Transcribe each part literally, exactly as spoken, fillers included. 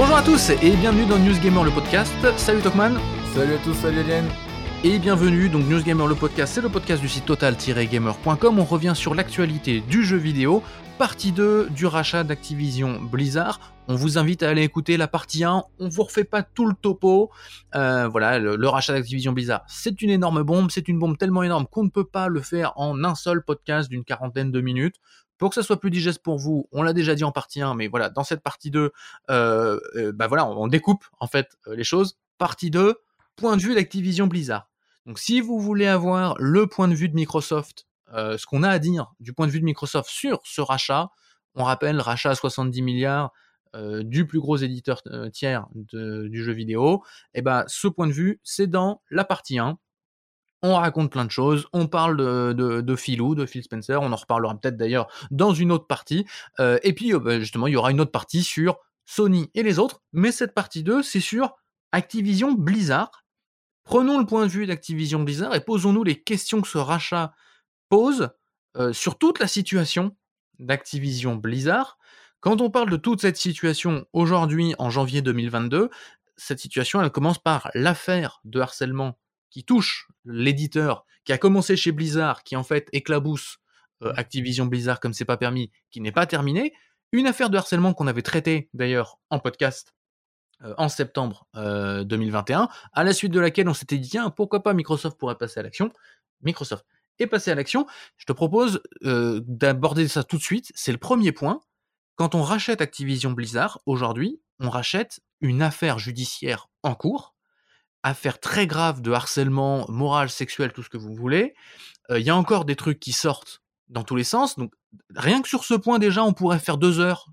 Bonjour à tous et bienvenue dans News Gamer le podcast. Salut Tokman. Salut à tous, salut Alien. Et bienvenue, donc News Gamer le podcast, c'est le podcast du site total tiret gamer point com. On revient sur l'actualité du jeu vidéo, partie deux du rachat d'Activision Blizzard. On vous invite à aller écouter la partie un, on vous refait pas tout le topo. Euh, voilà, le, le rachat d'Activision Blizzard, c'est une énorme bombe, c'est une bombe tellement énorme qu'on ne peut pas le faire en un seul podcast d'une quarantaine de minutes. Pour que ça soit plus digeste pour vous, on l'a déjà dit en partie un, mais voilà, dans cette partie deux, euh, euh, bah voilà, on, on découpe en fait euh, les choses. Partie deux, point de vue d'Activision Blizzard. Donc si vous voulez avoir le point de vue de Microsoft, euh, ce qu'on a à dire du point de vue de Microsoft sur ce rachat, on rappelle, rachat à soixante-dix milliards euh, du plus gros éditeur euh, tiers de, du jeu vidéo, et ben ce point de vue, c'est dans la partie un. On raconte plein de choses, on parle de, de, de Philou, de Phil Spencer, on en reparlera peut-être d'ailleurs dans une autre partie, euh, et puis euh, bah, justement il y aura une autre partie sur Sony et les autres, mais cette partie deux, c'est sur Activision Blizzard. Prenons le point de vue d'Activision Blizzard et posons-nous les questions que ce rachat pose euh, sur toute la situation d'Activision Blizzard. Quand on parle de toute cette situation aujourd'hui, en janvier deux mille vingt-deux, cette situation, elle commence par l'affaire de harcèlement qui touche l'éditeur, qui a commencé chez Blizzard, qui en fait éclabousse euh, Activision Blizzard comme c'est pas permis, qui n'est pas terminée. Une affaire de harcèlement qu'on avait traitée d'ailleurs en podcast euh, en septembre euh, deux mille vingt et un, à la suite de laquelle on s'était dit tiens, pourquoi pas Microsoft pourrait passer à l'action. Microsoft est passé à l'action. Je te propose euh, d'aborder ça tout de suite. C'est le premier point. Quand on rachète Activision Blizzard, aujourd'hui, on rachète une affaire judiciaire en cours, affaire très grave de harcèlement moral, sexuel, tout ce que vous voulez. Il euh, y a encore des trucs qui sortent dans tous les sens, donc rien que sur ce point déjà, on pourrait faire deux heures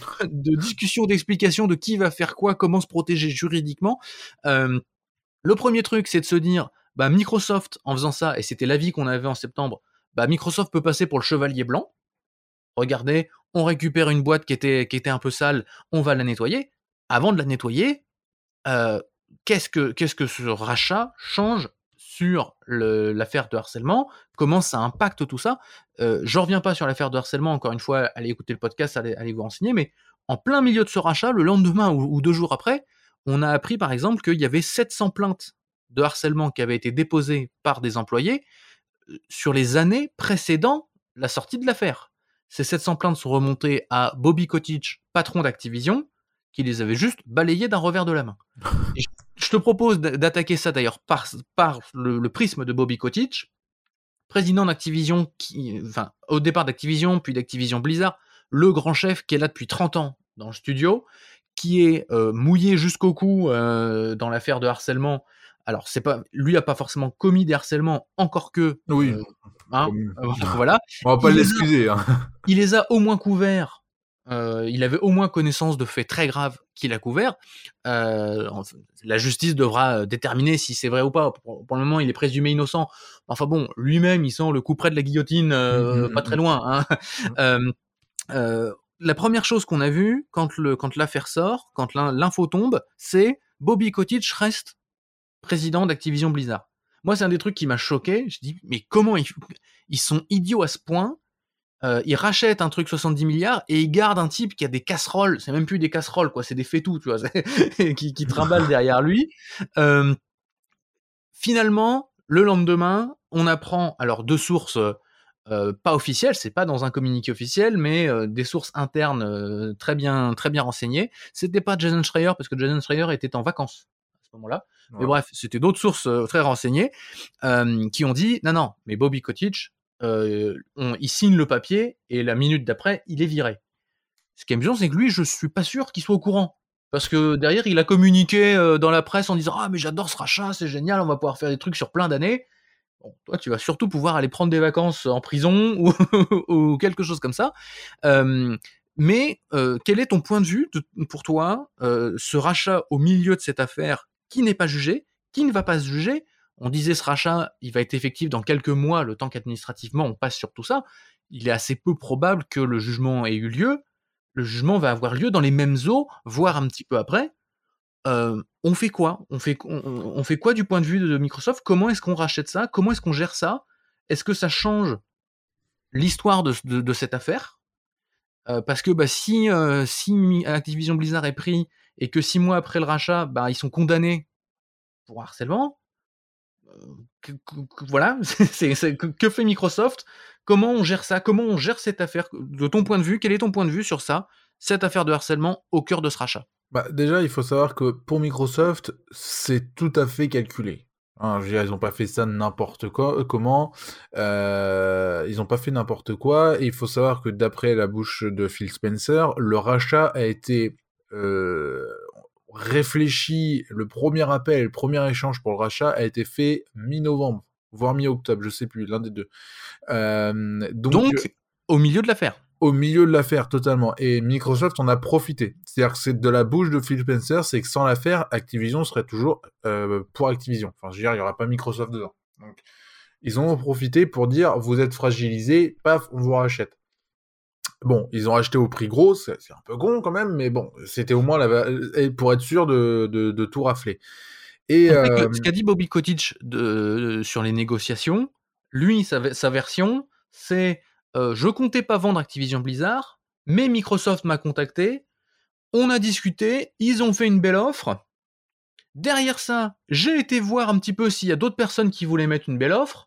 de discussion, d'explication de qui va faire quoi, comment se protéger juridiquement. Euh, le premier truc, c'est de se dire, bah Microsoft, en faisant ça, et c'était l'avis qu'on avait en septembre, bah Microsoft peut passer pour le chevalier blanc. Regardez, on récupère une boîte qui était, qui était un peu sale, on va la nettoyer. Avant de la nettoyer, euh, qu'est-ce que, qu'est-ce que ce rachat change sur le, l'affaire de harcèlement, comment ça impacte tout ça. Euh, je reviens pas sur l'affaire de harcèlement, encore une fois, allez écouter le podcast, allez, allez vous renseigner, mais en plein milieu de ce rachat, le lendemain ou, ou deux jours après, on a appris par exemple qu'il y avait sept cents plaintes de harcèlement qui avaient été déposées par des employés sur les années précédant la sortie de l'affaire. Ces sept cents plaintes sont remontées à Bobby Kotick, patron d'Activision, qui les avait juste balayées d'un revers de la main. Et je te propose d'attaquer ça d'ailleurs par, par le, le prisme de Bobby Kotick, président d'Activision, qui, enfin, au départ d'Activision, puis d'Activision Blizzard, le grand chef qui est là depuis trente ans dans le studio, qui est euh, mouillé jusqu'au cou euh, dans l'affaire de harcèlement. Alors, c'est pas, lui a pas forcément commis des harcèlements, encore que. Oui. Euh, hein, euh, voilà. On va pas il l'excuser. A, hein. Il les a au moins couverts. Euh, il avait au moins connaissance de faits très graves qu'il a couverts. Euh, la justice devra déterminer si c'est vrai ou pas. Pour, pour le moment, il est présumé innocent. Enfin bon, lui-même, il sent le coup près de la guillotine, euh, mmh, pas très loin. Hein. Mmh. Euh, euh, la première chose qu'on a vue quand, le, quand l'affaire sort, quand l'info tombe, c'est Bobby Kotick reste président d'Activision Blizzard. Moi, c'est un des trucs qui m'a choqué. Je dis, mais comment ils, ils sont idiots à ce point? Euh, ils rachètent un truc soixante-dix milliards et ils gardent un type qui a des casseroles. C'est même plus des casseroles, quoi. C'est des fétous, tu vois, qui, qui trimballent derrière lui. Euh, finalement, le lendemain, on apprend, alors deux sources euh, pas officielles, c'est pas dans un communiqué officiel, mais euh, des sources internes euh, très bien, très bien renseignées. C'était pas Jason Schreier parce que Jason Schreier était en vacances à ce moment-là. Ouais. Mais bref, c'était d'autres sources euh, très renseignées euh, qui ont dit non, non, mais Bobby Kotick, euh, on, il signe le papier et la minute d'après, il est viré. Ce qui est amusant, c'est que lui, je suis pas sûr qu'il soit au courant. Parce que derrière, il a communiqué euh, dans la presse en disant « Ah, mais j'adore ce rachat, c'est génial, on va pouvoir faire des trucs sur plein d'années. » Bon, toi, tu vas surtout pouvoir aller prendre des vacances en prison ou, ou quelque chose comme ça. Euh, mais euh, quel est ton point de vue de, pour toi, euh, ce rachat au milieu de cette affaire qui n'est pas jugé, qui ne va pas se juger? On disait ce rachat, il va être effectif dans quelques mois, le temps qu'administrativement on passe sur tout ça. Il est assez peu probable que le jugement ait eu lieu. Le jugement va avoir lieu dans les mêmes eaux, voire un petit peu après. Euh, on fait quoi on fait, on, on fait quoi du point de vue de Microsoft? Comment est-ce qu'on rachète ça? Comment est-ce qu'on gère ça? Est-ce que ça change l'histoire de, de, de cette affaire? euh, Parce que bah, si, euh, si Activision Blizzard est pris et que six mois après le rachat, bah, ils sont condamnés pour harcèlement, heu, que que que voilà, c'est c'est que que fait Microsoft? Comment on gère ça? Comment on gère cette affaire? De ton point de vue, quel est ton point de vue sur ça, cette affaire de harcèlement au cœur de ce rachat? Bah, déjà, il faut savoir que pour Microsoft, c'est tout à fait calculé. Hein, je veux dire, ils ont pas fait ça n'importe quoi heu, comment, heu, ils ont pas fait n'importe quoi et il faut savoir que d'après la bouche de Phil Spencer, le rachat a été, heu, réfléchi, le premier appel, le premier échange pour le rachat a été fait mi-novembre, voire mi-octobre, je sais plus, l'un des deux. Hem, donc Donc au milieu de l'affaire? Au milieu de l'affaire, totalement et Microsoft en a profité. C'est-à-dire que c'est de la bouche de Phil Spencer, c'est que sans l'affaire, Activision serait toujours, heu, pour Activision. Enfin, je veux dire, il y aura pas Microsoft dedans. Donc, ils en ont profité pour dire: «Vous êtes fragilisés, paf, on vous rachète». Bon, ils ont acheté au prix gros, c'est c'est un peu con quand même, mais bon, c'était au moins la va et pour être sûr de de de tout rafler et On sait que ce hem qu'a dit Bobby Kotick de sur les négociations, lui, sa ve sa version, c'est, heu: «Je comptais pas vendre Activision Blizzard, mais Microsoft m'a contacté, on a discuté, ils ont fait une belle offre. Derrière ça, j'ai été voir un petit peu s'il y a d'autres personnes qui voulaient mettre une belle offre.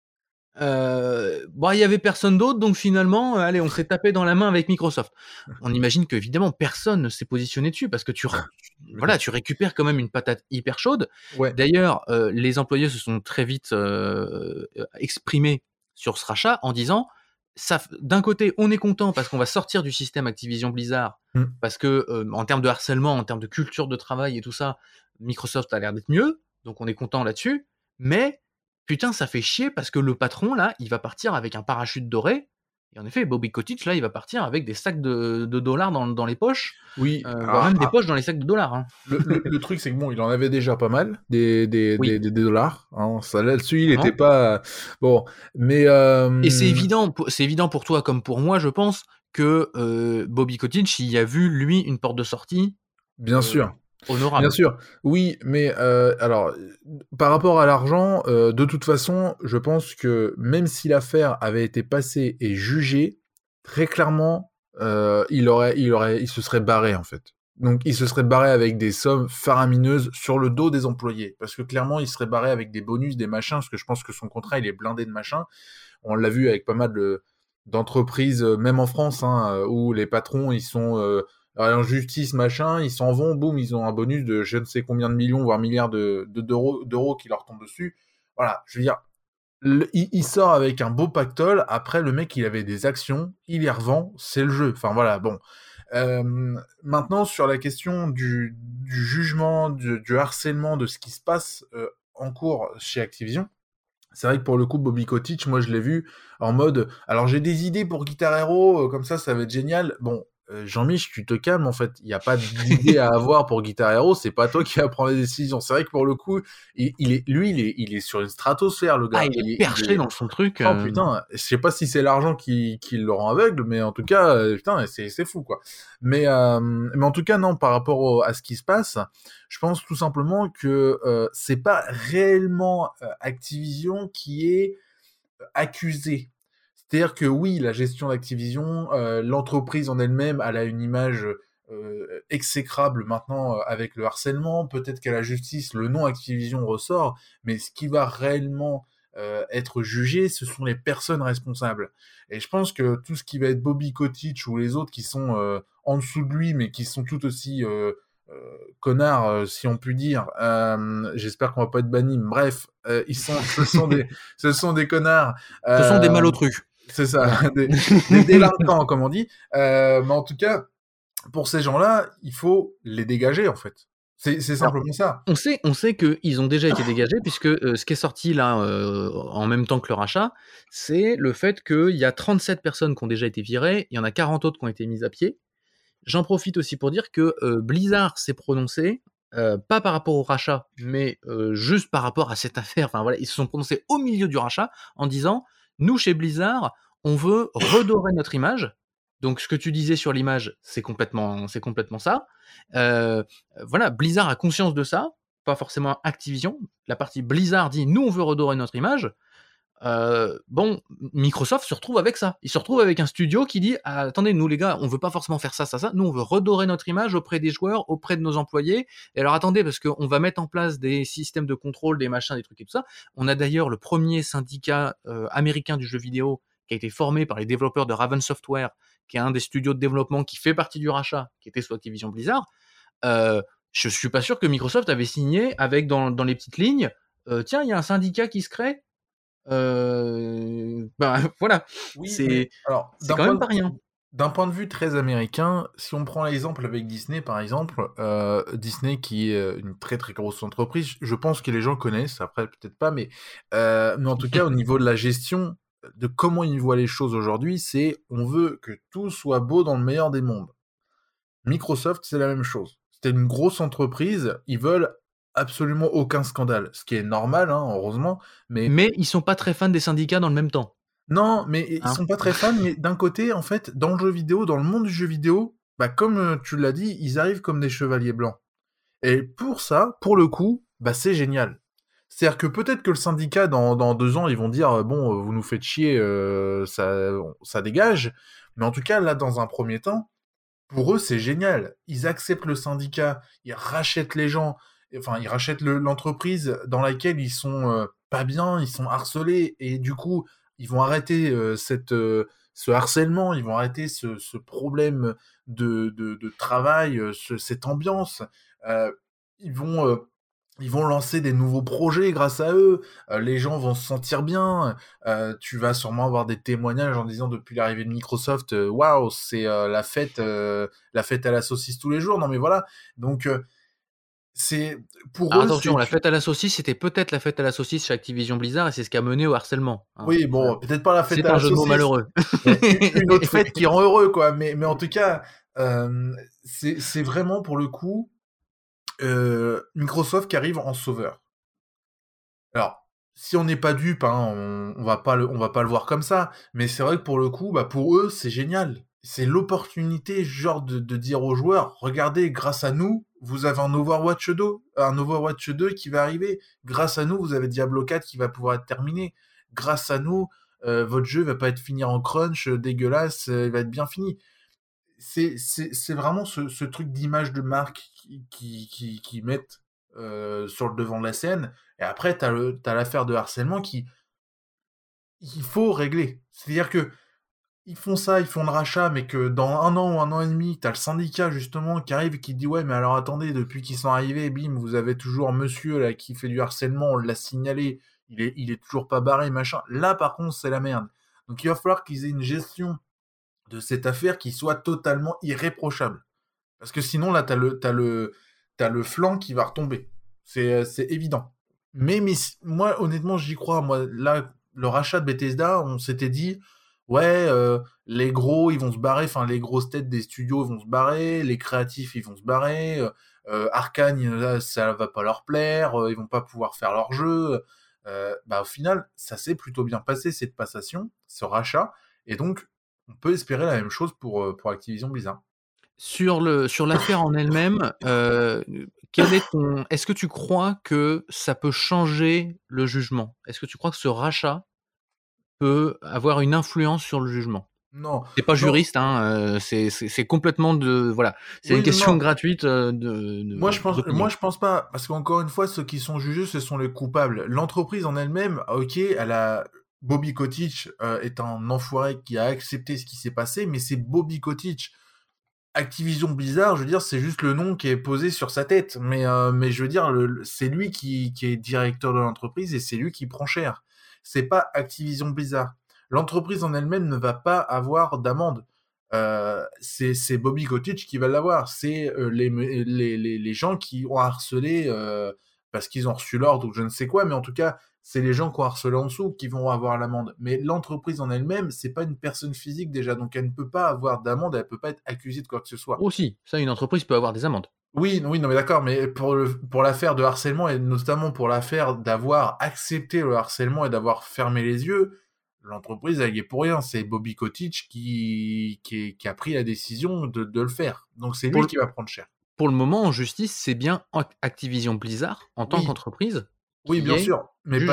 Heu, bah, il y avait personne d'autre, donc finalement, heu, allez, on s'est tapé dans la main avec Microsoft». On imagine qu'évidemment personne ne s'est positionné dessus parce que tu r Bien voilà, tu sûr. récupères quand même une patate hyper chaude. Ouais. D'ailleurs, heu, les employés se sont très vite, heu heu, exprimés sur ce rachat en disant: «Ça f d'un côté, on est content parce qu'on va sortir du système Activision Blizzard Mmh. parce que, heu, en termes de harcèlement, en termes de culture de travail et tout ça, Microsoft a l'air d'être mieux, donc on est content là-dessus. Mais putain, ça fait chier parce que le patron là, il va partir avec un parachute doré» et en effet, Bobby Kotick là, il va partir avec des sacs de de dollars dans dans les poches, Oui, heu, voire a même des a poches dans les sacs de dollars, hein. Le le le truc, c'est que bon, il en avait déjà pas mal des des Oui. des des dollars, hein, ça là-dessus, il était Clairement. pas bon, mais Et c'est hem évident pou c'est évident pour toi comme pour moi, je pense, que, heu, Bobby Kotick, il y a vu, lui, une porte de sortie, Bien heu, sûr, bien honorable. sûr. Oui, mais heu, alors, heu, par rapport à l'argent, heu, de toute façon, je pense que même si l'affaire avait été passée et jugée, très clairement, heu, il aurait il aurait il se serait barré, en fait. Donc il se serait barré avec des sommes faramineuses sur le dos des employés. Parce que clairement, il serait barré avec des bonus, des machins, parce que je pense que son contrat, il est blindé de machins. On l'a vu avec pas mal de d'entreprises, heu, même en France, hein, heu, où les patrons, ils sont, heu, allés en justice, machin, ils s'en vont, boum, ils ont un bonus de je ne sais combien de millions, voire milliards de de d'euros d'euros qui leur tombent dessus. Voilà, je veux dire, le il il sort avec un beau pactole, après le mec, il avait des actions, il les revend, c'est le jeu. Enfin voilà, bon. Hem, maintenant sur la question du du jugement, du du harcèlement, de ce qui se passe, heu, en cours chez Activision, c'est vrai que pour le coup, Bobby Kotick, moi je l'ai vu en mode: «Alors j'ai des idées pour Guitar Hero, heu, comme ça, ça va être génial». Bon, heu, Jean-Mich, tu te calmes en fait, il y a pas d'idées à avoir pour Guitar Hero, c'est pas toi qui vas prendre les décisions. C'est vrai que pour le coup, il il est lui, il est il est sur une stratosphère le Ah, gars. il est Il est il perché est dans son truc, oh heu putain, je sais pas si c'est l'argent qui qui le rend aveugle, mais en tout cas, heu, putain, c'est c'est fou, quoi. Mais hem, mais en tout cas, non, par rapport au à ce qui se passe, je pense tout simplement que, heu, c'est pas réellement, heu, Activision qui est, heu, accusé. C'est-à-dire que oui, la gestion d'Activision, heu, l'entreprise en elle-même, elle a une image, heu heu, exécrable maintenant, heu, avec le harcèlement. Peut-être qu'à la justice, le nom Activision ressort, mais ce qui va réellement, heu, être jugé, ce sont les personnes responsables et je pense que tout ce qui va être Bobby Kotick ou les autres qui sont, heu, en dessous de lui, mais qui sont tout aussi, heu heu, connards, heu, si on peut dire, hem, j'espère qu'on va pas être bannis, bref, heu, ils sont ce sont des ce sont des connards, Ce sont des hem malotrus. c'est ça, Voilà. des des délinquants comme on dit, heu, mais en tout cas, pour ces gens-là, il faut les dégager, en fait. C'est c'est Alors, simplement ça. on sait on sait qu'ils ont déjà été dégagés puisque, heu, ce qui est sorti là, heu, en même temps que le rachat, c'est le fait qu'il y a trente-sept personnes qui ont déjà été virées, il y en a quarante autres qui ont été mises à pied. J'en profite aussi pour dire que, heu, Blizzard s'est prononcé, heu, pas par rapport au rachat, mais, heu, juste par rapport à cette affaire. Enfin voilà, ils se sont prononcés au milieu du rachat en disant: «Nous, chez Blizzard, on veut redorer notre image». Donc ce que tu disais sur l'image, c'est complètement c'est complètement ça. Heu, voilà, Blizzard a conscience de ça, pas forcément Activision. La partie Blizzard dit: «Nous, on veut redorer notre image». Heu, bon, Microsoft se retrouve avec ça. Il se retrouve avec un studio qui dit: «Ah, attendez, nous les gars, on veut pas forcément faire ça, ça, ça. Nous, on veut redorer notre image auprès des joueurs, auprès de nos employés. Et alors attendez, parce qu'on va mettre en place des systèmes de contrôle, des machins, des trucs et tout ça». On a d'ailleurs le premier syndicat, heu, américain du jeu vidéo qui a été formé par les développeurs de Raven Software, qui est un des studios de développement qui fait partie du rachat, qui était sous Activision Blizzard. Heu, je suis pas sûr que Microsoft avait signé avec dans dans les petites lignes, heu: «Tiens, il y a un syndicat qui se crée». Heu, bah, voilà, Oui, mais c'est alors c'est d'un quand point même de pas rien. d'un point de vue très américain, si on prend l'exemple avec Disney, par exemple, heu, Disney qui est, heu, une très, très grosse entreprise, je pense que les gens connaissent, après peut-être pas, mais heu, mais en tout cas au niveau de la gestion, de comment ils voient les choses aujourd'hui, c'est: on veut que tout soit beau dans le meilleur des mondes. Microsoft, c'est la même chose. C'était une grosse entreprise, ils veulent absolument aucun scandale, ce qui est normal, hein, heureusement, mais Mais ils sont pas très fans des syndicats dans le même temps, non, mais ils hein. sont pas très fans, mais d'un côté, en fait, dans le jeu vidéo, dans le monde du jeu vidéo, bah, comme, heu, tu l'as dit, ils arrivent comme des chevaliers blancs et pour ça, pour le coup, bah, c'est génial. C'est-à-dire que peut-être que le syndicat dans dans deux ans, ils vont dire: «Bon, heu, vous nous faites chier, heu, ça ça dégage», mais en tout cas, là, dans un premier temps, pour eux, c'est génial. Ils acceptent le syndicat, ils rachètent les gens, enfin, ils rachètent le l'entreprise dans laquelle ils sont, heu, pas bien, ils sont harcelés et du coup, ils vont arrêter, heu, cette, heu, ce harcèlement, ils vont arrêter ce ce problème de de de travail, heu, ce cette ambiance. Heu, ils vont, heu, ils vont lancer des nouveaux projets grâce à eux, heu, les gens vont se sentir bien, heu, tu vas sûrement avoir des témoignages en disant depuis l'arrivée de Microsoft, heu, waouh, c'est, heu, la fête, heu, la fête à la saucisse tous les jours. Non mais voilà, donc heu, c'est pour Alors eux, c'est attention, la fête à la saucisse, c'était peut-être la fête à la saucisse chez Activision Blizzard et c'est ce qui a mené au harcèlement, hein. oui, Voilà. bon, peut-être pas la fête C'est à un la jeu de mots saucisse, malheureux. mais u une autre fête qui rend heureux quoi, mais mais en tout cas, hem, c'est c'est vraiment pour le coup, heu, Microsoft qui arrive en sauveur. Alors, si on n'est pas dupe, hein, on on va pas le on va pas le voir comme ça, mais c'est vrai que pour le coup, bah, pour eux, c'est génial. C'est l'opportunité, genre, de de dire aux joueurs: «Regardez, grâce à nous, vous avez un Overwatch deux, un Overwatch deux qui va arriver. Grâce à nous, vous avez Diablo quatre qui va pouvoir être terminé. Grâce à nous, heu, votre jeu va pas être fini en crunch, heu, dégueulasse, heu, il va être bien fini». C'est c'est c'est vraiment ce ce truc d'image de marque qui qui qui qui mettent, heu, sur le devant de la scène et après tu as le tu as l'affaire de harcèlement qui il faut régler. C'est-à-dire que ils font ça, ils font le rachat, mais que dans un an ou un an et demi, tu as le syndicat justement qui arrive et qui dit: «Ouais, mais alors attendez, depuis qu'ils sont arrivés, bim, vous avez toujours monsieur là qui fait du harcèlement, on l'a signalé, il est il est toujours pas barré, machin». Là par contre, c'est la merde. Donc il va falloir qu'ils aient une gestion de cette affaire qui soit totalement irréprochable. Parce que sinon, là, t'as le, t'as le, t'as le flanc qui va retomber. C'est, euh, c'est évident. Mais, mais si- moi, honnêtement, j'y crois. Moi, là, le rachat de Bethesda, on s'était dit, ouais, euh, les gros, ils vont se barrer. Enfin, les grosses têtes des studios vont se barrer. Les créatifs, ils vont se barrer. Euh, euh, Arcane, là, ça va pas leur plaire. euh, ils vont pas pouvoir faire leur jeu. Euh, bah, au final, ça s'est plutôt bien passé, cette passation, ce rachat. Et donc, on peut espérer la même chose pour, euh, pour Activision Blizzard. Sur le sur l'affaire en elle-même, heu, quel est ton est-ce que tu crois que ça peut changer le jugement? Est-ce que tu crois que ce rachat peut avoir une influence sur le jugement? Non, Tu es pas non, juriste, hein, heu, c'est c'est c'est complètement de voilà, c'est une oui, non, question non. gratuite, heu, de Moi, je de pense, moi, d'opinion. je pense pas, parce qu'encore une fois, ceux qui sont jugés, ce sont les coupables. L'entreprise en elle-même, ok, elle a Bobby Kotick euh, est un enfoiré qui a accepté ce qui s'est passé, mais c'est Bobby Kotick. Activision Blizzard, je veux dire, c'est juste le nom qui est posé sur sa tête, mais euh, mais je veux dire, le, le- c'est lui qui, qui est directeur de l'entreprise et c'est lui qui prend cher. C'est pas Activision Blizzard. L'entreprise en elle-même ne va pas avoir d'amende. Euh, c'est c'est Bobby Kotick qui va l'avoir. C'est euh, les, les, les, les gens qui ont harcelé euh, parce qu'ils ont reçu l'ordre ou je ne sais quoi, mais en tout cas, c'est les gens qui ont harcelé en dessous qui vont avoir l'amende. Mais l'entreprise en elle-même, c'est pas une personne physique déjà, donc elle ne peut pas avoir d'amende, elle peut pas être accusée de quoi que ce soit. Aussi, ça une entreprise peut avoir des amendes. Oui, oui, non mais d'accord, mais pour le, pour l'affaire de harcèlement et notamment pour l'affaire d'avoir accepté le harcèlement et d'avoir fermé les yeux, l'entreprise elle y est pour rien. C'est Bobby Kotick qui, qui, est- qui a pris la décision de, de le faire. Donc c'est Pour lui le qui va prendre cher. pour le moment en justice, c'est bien Ac Activision Blizzard, en tant Oui, qu'entreprise, oui, qui bien est sûr, mais pas jugée.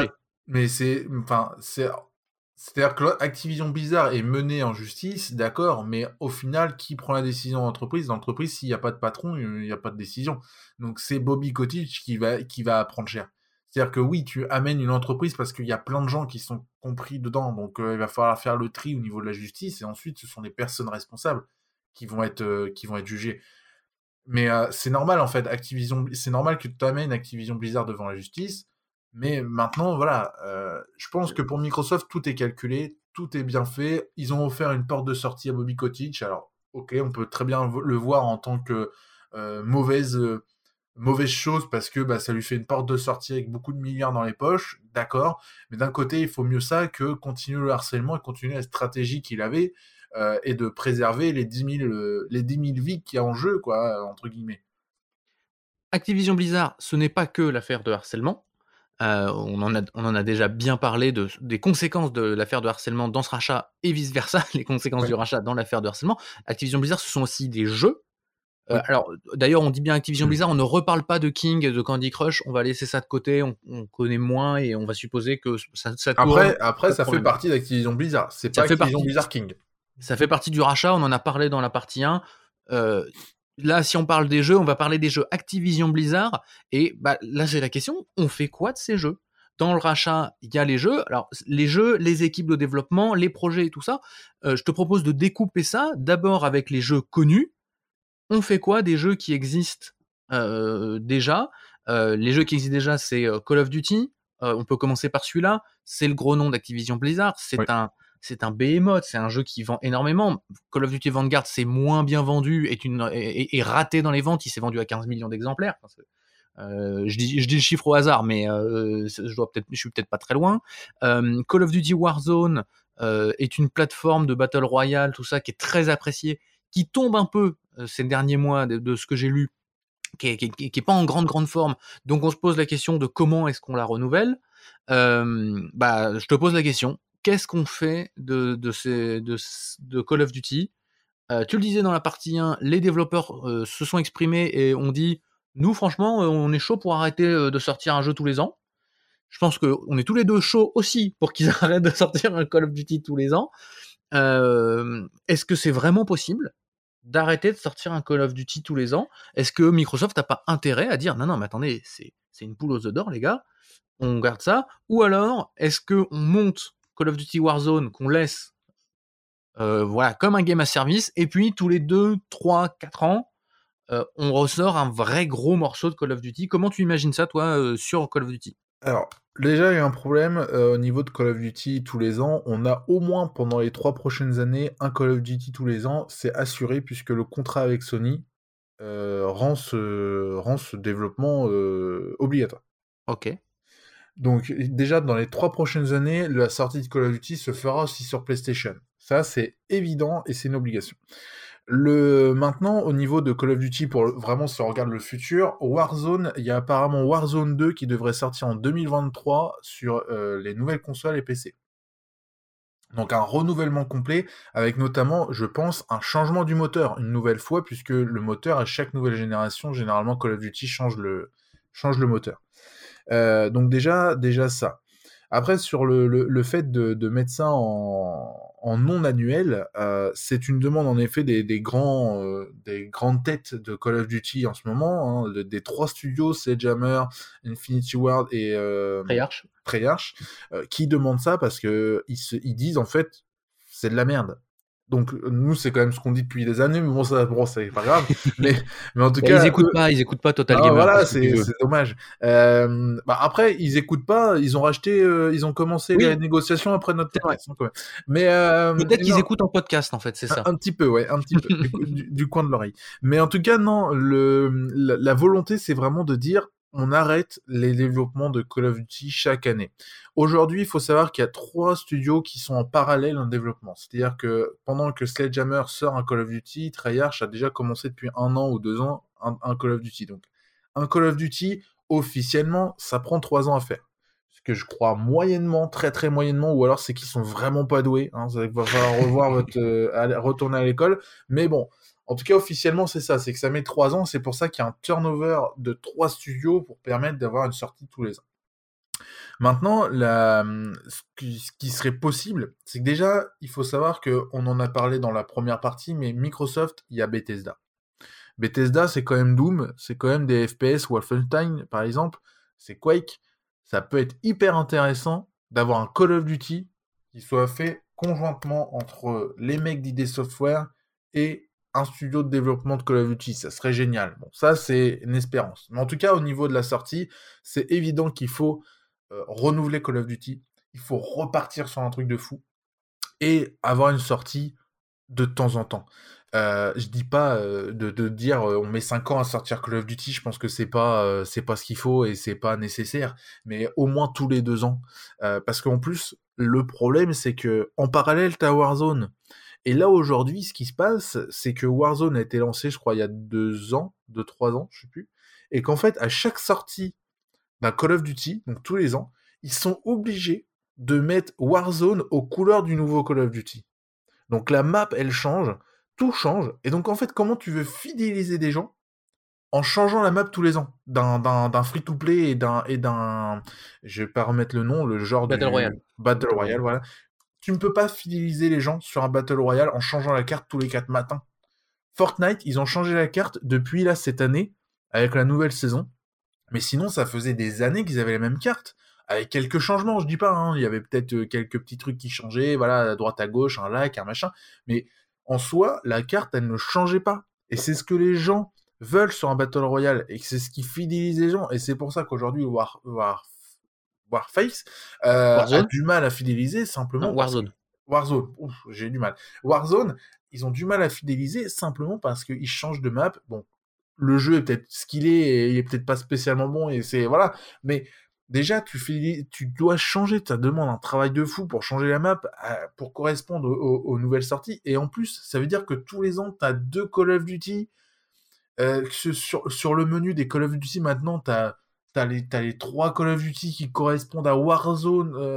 Mais c'est, enfin, c'est, c'est-à-dire que là, Activision Blizzard est mené en justice, d'accord, mais au final, qui prend la décision dans l'entreprise? Dans l'entreprise, s'il n'y a pas de patron, il n'y a pas de décision. Donc c'est Bobby Kotick qui va, qui va prendre cher. C'est-à-dire que oui, tu amènes une entreprise parce qu'il y a plein de gens qui sont compris dedans, donc euh, il va falloir faire le tri au niveau de la justice, et ensuite ce sont les personnes responsables qui vont être, euh, qui vont être jugées. Mais euh, c'est normal en fait, Activision, c'est normal que tu amènes Activision Blizzard devant la justice. Mais maintenant, voilà, euh, je pense que pour Microsoft, tout est calculé, tout est bien fait. Ils ont offert une porte de sortie à Bobby Kotick. Alors, ok, on peut très bien le voir en tant que euh, mauvaise, euh, mauvaise chose parce que bah, ça lui fait une porte de sortie avec beaucoup de milliards dans les poches, d'accord. Mais d'un côté, il faut mieux ça que continuer le harcèlement et continuer la stratégie qu'il avait euh, et de préserver les dix mille, euh, les dix mille vies qu'il y a en jeu, quoi, entre guillemets. Activision Blizzard, ce n'est pas que l'affaire de harcèlement. Euh, on, en a, on en a déjà bien parlé de, des conséquences de l'affaire de harcèlement dans ce rachat et vice-versa, les conséquences Ouais. du rachat dans l'affaire de harcèlement. Activision Blizzard, ce sont aussi des jeux. Euh, Oui. alors, d'ailleurs, on dit bien Activision Mmh. Blizzard, on ne reparle pas de King et de Candy Crush, on va laisser ça de côté, on, on connaît moins et on va supposer que ça, ça tourne. Après, après Pas de ça fait problème. partie d'Activision Blizzard. C'est Ça pas fait Activision partie, Blizzard King. ça fait partie du rachat, on en a parlé dans la partie un. Euh, là, si on parle des jeux, on va parler des jeux Activision Blizzard. Et bah, là, j'ai la question, on fait quoi de ces jeux? Dans le rachat, il y a les jeux. Alors, les jeux, les équipes de développement, les projets et tout ça. Euh, je te propose de découper ça d'abord avec les jeux connus. On fait quoi des jeux qui existent euh, déjà? euh, Les jeux qui existent déjà, c'est euh, Call of Duty. Euh, on peut commencer par celui-là. C'est le gros nom d'Activision Blizzard. C'est Oui. un, c'est un behemoth. C'est un jeu qui vend énormément. Call of Duty Vanguard, c'est moins bien vendu, est, une, est, est raté dans les ventes. Il s'est vendu à quinze millions d'exemplaires. Enfin, euh, je, dis, je dis le chiffre au hasard, mais euh, je, dois peut-être, je suis peut-être pas très loin. Euh, Call of Duty Warzone euh, est une plateforme de Battle Royale, tout ça, qui est très appréciée, qui tombe un peu euh, ces derniers mois de, de ce que j'ai lu, qui est, qui, est, qui est pas en grande grande forme. Donc on se pose la question de comment est-ce qu'on la renouvelle. Euh, bah, je te pose la question. Qu'est-ce qu'on fait de, de, ces, de, de Call of Duty? Euh, tu le disais dans la partie un, les développeurs euh, se sont exprimés et ont dit nous, franchement, euh, on est chaud pour arrêter euh, de sortir un jeu tous les ans. Je pense qu'on est tous les deux chauds aussi pour qu'ils arrêtent de sortir un Call of Duty tous les ans. Euh, est-ce que c'est vraiment possible d'arrêter de sortir un Call of Duty tous les ans? Est-ce que Microsoft n'a pas intérêt à dire non, non, mais attendez, c'est, c'est une poule aux œufs d'or, les gars, on garde ça? Ou alors, est-ce qu'on monte Call of Duty Warzone, qu'on laisse euh, voilà, comme un game à service, et puis tous les deux, trois, quatre ans, euh, on ressort un vrai gros morceau de Call of Duty? Comment tu imagines ça, toi, euh, sur Call of Duty? Alors, déjà, il y a un problème euh, au niveau de Call of Duty tous les ans. On a au moins pendant les trois prochaines années un Call of Duty tous les ans. C'est assuré puisque le contrat avec Sony euh, rend, ce, rend ce développement euh, obligatoire. Ok. Donc, déjà, dans les trois prochaines années, la sortie de Call of Duty se fera aussi sur PlayStation. Ça, c'est évident et c'est une obligation. Le, maintenant, au niveau de Call of Duty, pour le- vraiment si on regarde le futur, Warzone, il y a apparemment Warzone deux qui devrait sortir en deux mille vingt-trois sur euh, les nouvelles consoles et P C. Donc un renouvellement complet, avec notamment, je pense, un changement du moteur, une nouvelle fois, puisque le moteur, à chaque nouvelle génération, généralement Call of Duty change le, change le moteur. Euh, donc déjà, déjà ça. Après, sur le, le, le fait de, de mettre ça en, en non annuel, euh, c'est une demande en effet des, des, grands, euh, des grandes têtes de Call of Duty en ce moment, hein, de- des trois studios, Sledgehammer, Infinity Ward et euh, Treyarch. Treyarch, euh, qui demandent ça parce que ils, se, ils disent en fait c'est de la merde. Donc nous c'est quand même ce qu'on dit depuis des années, mais bon ça, bon, c'est pas grave. mais, mais en tout Bah, cas, ils écoutent eux, pas, ils écoutent pas Total non, Gamer, voilà, qu'est-ce que tu c'est veux? c'est dommage. Euh, bah après, ils écoutent pas, ils ont racheté, euh, ils ont commencé les Oui, négociations après notre c'est vrai. podcast, hein, quand même. Mais euh, Peut-être mais qu'ils non, écoutent en podcast, en fait, c'est un, ça. un petit peu, ouais, un petit peu, du, du- du coin de l'oreille. Mais en tout cas, non, le, la, la volonté, c'est vraiment de dire, on arrête les développements de Call of Duty chaque année. Aujourd'hui, il faut savoir qu'il y a trois studios qui sont en parallèle en développement. C'est-à-dire que pendant que Sledgehammer sort un Call of Duty, Treyarch a déjà commencé depuis un an ou deux ans un, un Call of Duty. Donc, un Call of Duty, officiellement, ça prend trois ans à faire. Ce que je crois moyennement, très très moyennement, ou alors c'est qu'ils sont vraiment pas doués. Hein, ça va falloir revoir votre, euh, aller- retourner à l'école. Mais bon, en tout cas, officiellement, c'est ça. C'est que ça met trois ans. C'est pour ça qu'il y a un turnover de trois studios pour permettre d'avoir une sortie tous les ans. Maintenant, la, mmh, ce qui ce qui serait possible, c'est que déjà, il faut savoir qu'on en a parlé dans la première partie, mais Microsoft, il y a Bethesda. Bethesda, c'est quand même Doom, c'est quand même des F P S, Wolfenstein, par exemple, c'est Quake. Ça peut être hyper intéressant d'avoir un Call of Duty qui soit fait conjointement entre les mecs d'I D Software et un studio de développement de Call of Duty. Ça serait génial. Bon, ça, c'est une espérance. Mais en tout cas, au niveau de la sortie, c'est évident qu'il faut euh, renouveler Call of Duty. Il faut repartir sur un truc de fou et avoir une sortie de temps en temps. Heu, je dis pas, heu, de de dire, heu, on met cinq ans à sortir Call of Duty, je pense que c'est pas, heu, c'est pas ce qu'il faut et c'est pas nécessaire, mais au moins tous les deux ans. Heu, parce qu'en plus, le problème, c'est qu'en parallèle, tu as Warzone et là, aujourd'hui, ce qui se passe, c'est que Warzone a été lancé, je crois, il y a deux ans, deux trois ans, je sais plus, et qu'en fait, à chaque sortie d'un Call of Duty, donc tous les ans, ils sont obligés de mettre Warzone aux couleurs du nouveau Call of Duty. Donc la map, elle change, tout change. Et donc en fait, comment tu veux fidéliser des gens en changeant la map tous les ans d'un d'un d'un free-to-play et d'un et d'un je vais pas remettre le nom, le genre Battle du Royale. Battle Battle Royale, Royale. voilà. Tu ne peux pas fidéliser les gens sur un Battle Royale en changeant la carte tous les quatre matins. Fortnite, ils ont changé la carte depuis là cette année avec la nouvelle saison. Mais sinon, ça faisait des années qu'ils avaient la même carte, avec quelques changements, je dis pas, hein, il y avait peut-être euh, quelques petits trucs qui changeaient, voilà, à droite à gauche, un like, un machin, mais en soi, la carte, elle ne changeait pas. Et c'est ce que les gens veulent sur un Battle Royale, et c'est ce qui fidélise les gens, et c'est pour ça qu'aujourd'hui, War, War, Warface euh, a Warzone? du mal à fidéliser, simplement Non, parce que... Warzone. Warzone, ouf, j'ai du mal. Warzone, ils ont du mal à fidéliser, simplement parce qu'ils changent de map, bon, le jeu est peut-être ce qu'il est, et il est peut-être pas spécialement bon, et c'est voilà. Mais déjà, tu fais, tu dois changer, ça demande un travail de fou pour changer la map, euh, pour correspondre aux, aux nouvelles sorties. Et en plus, ça veut dire que tous les ans, tu as deux Call of Duty. Euh, sur, sur le menu des Call of Duty, maintenant, tu as, t'as les, t'as les trois Call of Duty qui correspondent à Warzone. Euh,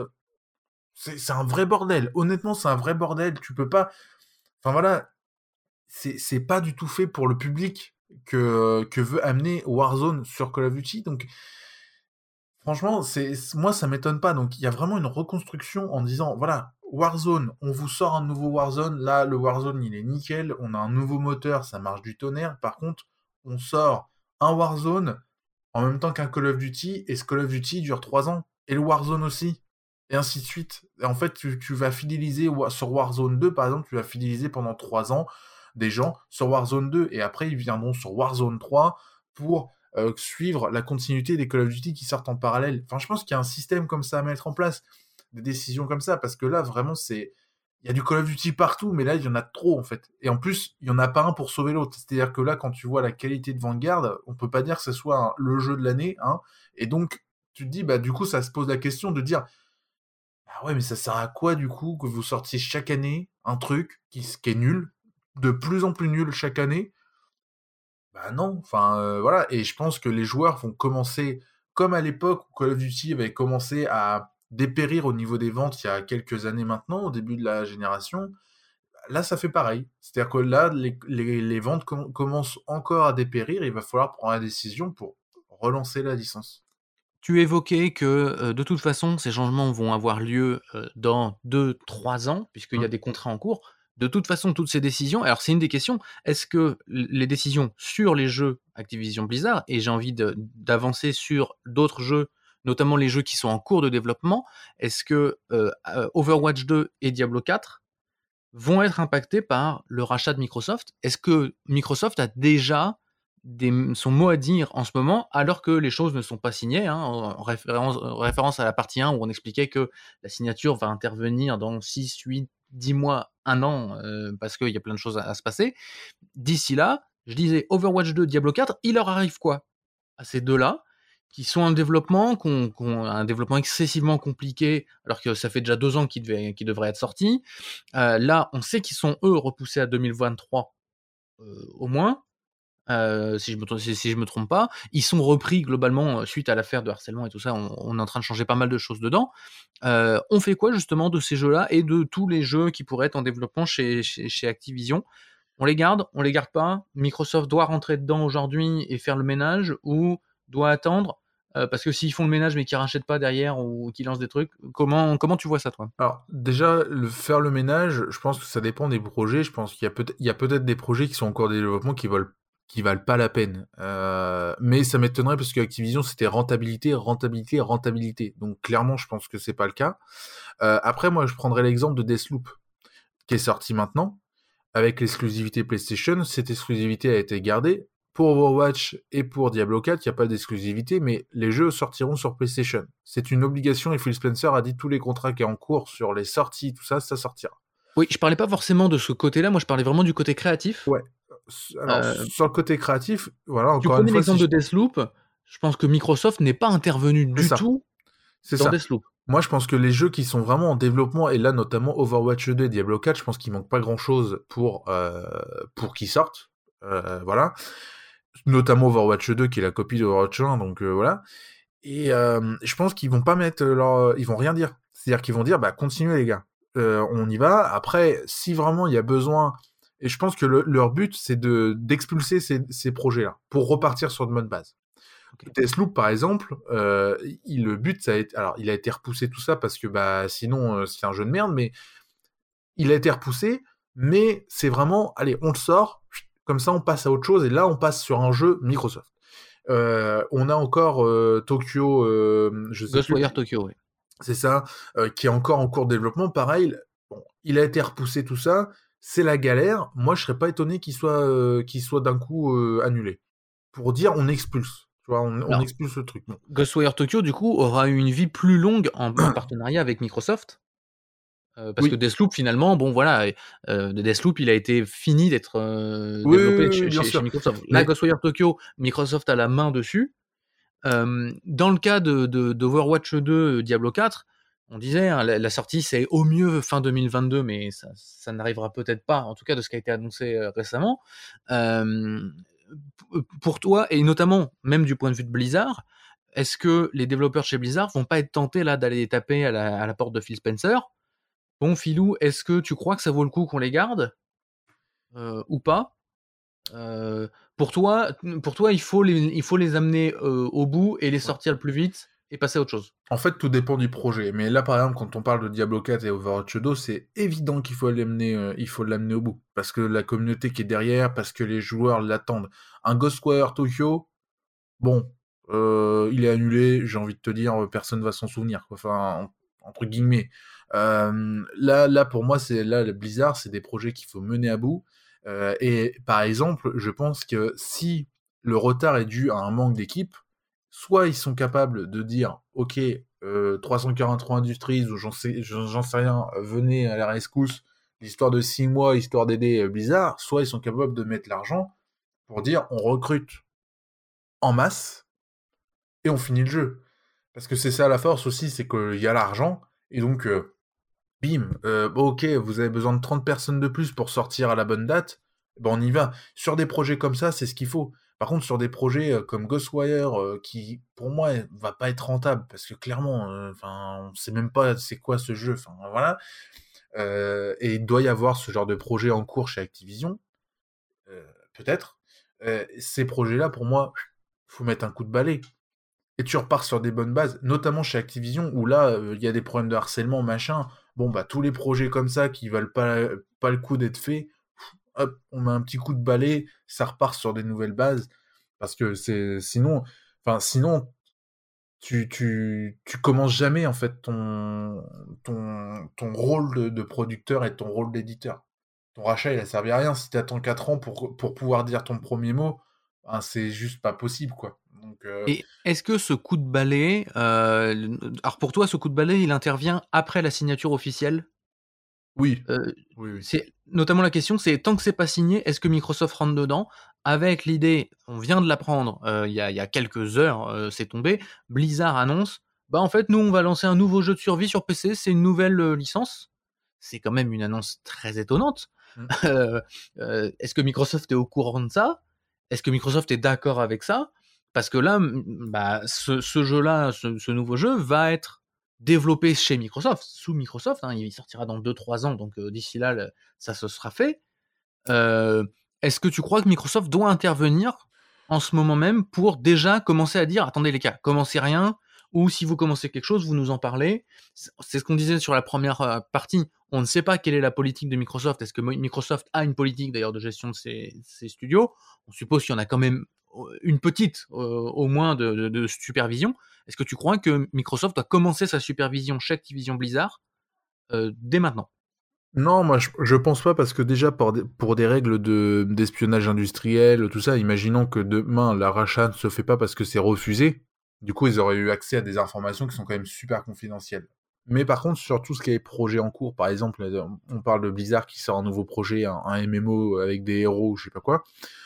c'est c'est un vrai bordel. Honnêtement, c'est un vrai bordel. Tu peux pas. Enfin voilà, c'est c'est pas du tout fait pour le public que, que veut amener Warzone sur Call of Duty. Donc, franchement, c'est moi, ça m'étonne pas. Donc, il y a vraiment une reconstruction en disant, voilà, Warzone, on vous sort un nouveau Warzone. Là, le Warzone, il est nickel. On a un nouveau moteur, ça marche du tonnerre. Par contre, on sort un Warzone en même temps qu'un Call of Duty, et ce Call of Duty dure trois ans. Et le Warzone aussi. Et ainsi de suite. Et en fait, tu, tu vas fidéliser sur Warzone deux, par exemple, tu vas fidéliser pendant trois ans des gens sur Warzone deux. Et après, ils viendront sur Warzone trois pour euh, suivre la continuité des Call of Duty qui sortent en parallèle. Enfin, je pense qu'il y a un système comme ça à mettre en place, des décisions comme ça, parce que là, vraiment, c'est... Il y a du Call of Duty partout, mais là, il y en a trop, en fait. Et en plus, il y en a pas un pour sauver l'autre. C'est-à-dire que là, quand tu vois la qualité de Vanguard, on peut pas dire que ce soit un- le jeu de l'année, hein. Et donc, tu te dis, bah, du coup, ça se pose la question de dire, ah ouais, mais ça sert à quoi, du coup, que vous sortiez chaque année un truc qui, qui est nul, de plus en plus nul chaque année? Bah non, enfin euh, voilà, et je pense que les joueurs vont commencer, comme à l'époque où Call of Duty avait commencé à dépérir au niveau des ventes il y a quelques années maintenant, au début de la génération, là ça fait pareil. C'est-à-dire que là, les, les, les ventes com- commencent encore à dépérir, et il va falloir prendre la décision pour relancer la licence. Tu évoquais que, heu, de toute façon, ces changements vont avoir lieu, heu, dans deux trois ans, puisqu'il y a Hum. des contrats en cours. De toute façon, toutes ces décisions alors c'est une des questions, est-ce que l les décisions sur les jeux Activision Blizzard et j'ai envie de d'avancer sur d'autres jeux, notamment les jeux qui sont en cours de développement, est-ce que, heu, heu, Overwatch deux et Diablo quatre vont être impactés par le rachat de Microsoft? Est-ce que Microsoft a déjà des, son mot à dire en ce moment, alors que les choses ne sont pas signées, hein, en référence, en référence à la partie un où on expliquait que la signature va intervenir dans six, huit, dix mois, un an, euh, parce qu'il y a plein de choses à, à se passer. D'ici là, je disais Overwatch deux, Diablo quatre, il leur arrive quoi à ces deux-là, qui sont en développement, qui ont, qui ont un développement excessivement compliqué, alors que ça fait déjà deux ans qu'ils, devaient, qu'ils devraient être sortis. Euh, là, on sait qu'ils sont, eux, repoussés à deux mille vingt-trois euh, au moins, euh, si je me si, si je me trompe pas. Ils sont repris globalement euh, suite à l'affaire de harcèlement et tout ça. On, on est en train de changer pas mal de choses dedans. Euh, on fait quoi justement de ces jeux-là et de tous les jeux qui pourraient être en développement chez, chez, chez Activision? On les garde, on les garde pas? Microsoft doit rentrer dedans aujourd'hui et faire le ménage ou doit attendre? Heu, parce que s'ils font le ménage, mais qu'ils rachètent pas derrière ou qu'ils lancent des trucs, comment comment tu vois ça, toi? Alors, déjà, le faire le ménage, je pense que ça dépend des projets. Je pense qu'il y a peut il y a peut-être des projets qui sont en cours de développement qui valent qui valent pas la peine. Heu, mais ça m'étonnerait parce qu'Activision, c'était rentabilité, rentabilité, rentabilité. Donc clairement, je pense que c'est pas le cas. Heu, après, moi, je prendrais l'exemple de Deathloop, qui est sorti maintenant, avec l'exclusivité PlayStation. Cette exclusivité a été gardée. Pour Overwatch et pour Diablo quatre, il y a pas d'exclusivité, mais les jeux sortiront sur PlayStation. C'est une obligation et Phil Spencer a dit tous les contrats qui est en cours sur les sorties, tout ça, ça sortira. Oui, je parlais pas forcément de ce côté-là, moi je parlais vraiment du côté créatif. Ouais. S alors, Heu, sur le côté créatif, voilà, tu encore une prenais fois, si l'exemple je de Deathloop, je pense que Microsoft n'est pas intervenu c'est du ça, tout c'est dans ça. Deathloop. Moi, je pense que les jeux qui sont vraiment en développement, et là, notamment Overwatch deux et Diablo quatre, je pense qu'il manque pas grand-chose pour, heu, pour qu'ils sortent. Heu, voilà. Notamment Overwatch deux qui est la copie d'Overwatch un, donc heu, voilà. Et hem, je pense qu'ils vont pas mettre leur ils vont rien dire. C'est-à-dire qu'ils vont dire: «Bah, continuez les gars, heu, on y va». Après, si vraiment il y a besoin, et je pense que le leur but, c'est de d'expulser ces ces projets-là, pour repartir sur de bonnes bases. OK. Deathloop, par exemple, heu, il le but, ça a été alors il a été repoussé tout ça parce que, bah, sinon, heu, c'est un jeu de merde, mais il a été repoussé, mais c'est vraiment: «Allez, on le sort, comme ça on passe à autre chose», et là, on passe sur un jeu Microsoft. Heu, on a encore, heu, Tokyo, hem, je sais plus. Ghostwire Tokyo, ouais. C'est ça, heu, qui est encore en cours de développement. Pareil, l bon, il a été repoussé tout ça, c'est la galère. Moi, je serais pas étonné qu'il soit, heu, qu'il soit d'un coup, heu, annulé. Pour dire: «On expulse», tu vois? On on Alors, expulse le truc. Bon. Ghostwire Tokyo, du coup, aura eu une vie plus longue en en partenariat avec Microsoft. Heu, parce que Oui. Deathloop finalement, bon voilà, et heu, Deathloop il a été fini d'être, heu, Oui, oui, développé oui, oui, chez bien chez chez sûr. Microsoft. Là, Mais Ghostwire Tokyo, Microsoft a la main dessus. Hem, dans le cas de de d'Overwatch deux, Diablo quatre, on disait, hein, la la sortie c'est au mieux fin deux mille vingt-deux, mais ça ça n'arrivera peut-être pas, en tout cas de ce qui a été annoncé, heu, récemment. Hem, p pour toi et notamment même du point de vue de Blizzard, est-ce que les développeurs chez Blizzard vont pas être tentés là d'aller taper à la à la porte de Phil Spencer? Bon filou, est-ce que tu crois que ça vaut le coup qu'on les garde, heu, ou pas? Heu, pour toi pour toi, il faut les il faut les amener, heu, au bout et les ouais. sortir le plus vite et passer à autre chose? En fait, tout dépend du projet. Mais là, par exemple, quand on parle de Diablo quatre et Overwatch deux, c'est évident qu'il faut l'amener, heu, il faut l'amener au bout. Parce que la communauté qui est derrière, parce que les joueurs l'attendent. Un Ghostwire Tokyo, bon, heu, il est annulé, j'ai envie de te dire, heu, personne va s'en souvenir, quoi. Enfin, en entre guillemets. Hem, là là, pour moi, c'est là, le Blizzard, c'est des projets qu'il faut mener à bout. Heu et par exemple, je pense que si le retard est dû à un manque d'équipe, soit ils sont capables de dire: «OK, heu, trois cent quarante-trois Industries ou j'en sais j'en j'en sais rien, euh, venez à la rescousse, l'histoire de six mois, histoire d'aider, heu, Blizzard», soit ils sont capables de mettre l'argent pour dire: «On recrute en masse et on finit le jeu». Parce que c'est ça la force aussi, c'est qu'il y a l'argent et donc heu, bim, heu, bon OK, vous avez besoin de trente personnes de plus pour sortir à la bonne date, ben on y va. Sur des projets comme ça, c'est ce qu'il faut. Par contre, sur des projets, heu, comme Ghostwire, heu, qui pour moi va pas être rentable parce que clairement, heu, enfin, on sait même pas c'est quoi ce jeu, enfin voilà, heu et il doit y avoir ce genre de projet en cours chez Activision, heu, peut-être. Heu, ces projets-là pour moi, faut mettre un coup de balai. Et tu repars sur des bonnes bases, notamment chez Activision où là, heu, il y a des problèmes de harcèlement, machin. Bon, bah, tous les projets comme ça qui valent pas pas le coup d'être faits, hop, on met un petit coup de balai, ça repart sur des nouvelles bases. Parce que c'est sinon enfin, sinon tu tu tu commences jamais en fait ton ton ton rôle de de producteur et ton rôle d'éditeur. Ton rachat, il a servi à rien si tu attends quatre ans pour pour pouvoir dire ton premier mot, ben, c'est juste pas possible, quoi. Donc heu, Et est-ce que ce coup de balai, heu, l alors pour toi, ce coup de balai, il intervient après la signature officielle? oui. Heu, Oui, oui. c'est notamment la question, c'est tant que c'est pas signé, est-ce que Microsoft rentre dedans? Avec l'idée, on vient de l'apprendre, heu, il y a il y a quelques heures, heu, c'est tombé, Blizzard annonce: «Bah, en fait, nous, on va lancer un nouveau jeu de survie sur P C, c'est une nouvelle, heu, licence». C'est quand même une annonce très étonnante. Mmh. Heu heu, est-ce que Microsoft est au courant de ça? Est-ce que Microsoft est d'accord avec ça? Parce que là, mmh, bah, ce ce jeu-là, ce ce nouveau jeu va être développé chez Microsoft, sous Microsoft, hein, il sortira dans deux trois ans, donc heu, d'ici là, le ça se sera fait. Heu, est-ce que tu crois que Microsoft doit intervenir? en ce moment même pour déjà commencer à dire attendez les gars, commencez rien, ou si vous commencez quelque chose, vous nous en parlez. C'est ce qu'on disait sur la première euh, partie. On ne sait pas quelle est la politique de Microsoft. Est-ce que Microsoft a une politique d'ailleurs de gestion de ses, ses studios? On suppose qu'il y en a quand même une petite, euh, au moins, de, de, de supervision. Est-ce que tu crois que Microsoft doit commencer sa supervision chez Activision Blizzard euh, dès maintenant? Non, moi je, je pense pas parce que déjà pour des, pour des règles de d'espionnage industriel, tout ça, imaginons que demain la rachat ne se fait pas parce que c'est refusé, du coup ils auraient eu accès à des informations qui sont quand même super confidentielles. Mais par contre sur tout ce qui est projet en cours, par exemple on parle de Blizzard qui sort un nouveau projet, un, un M M O avec des héros, je sais pas quoi,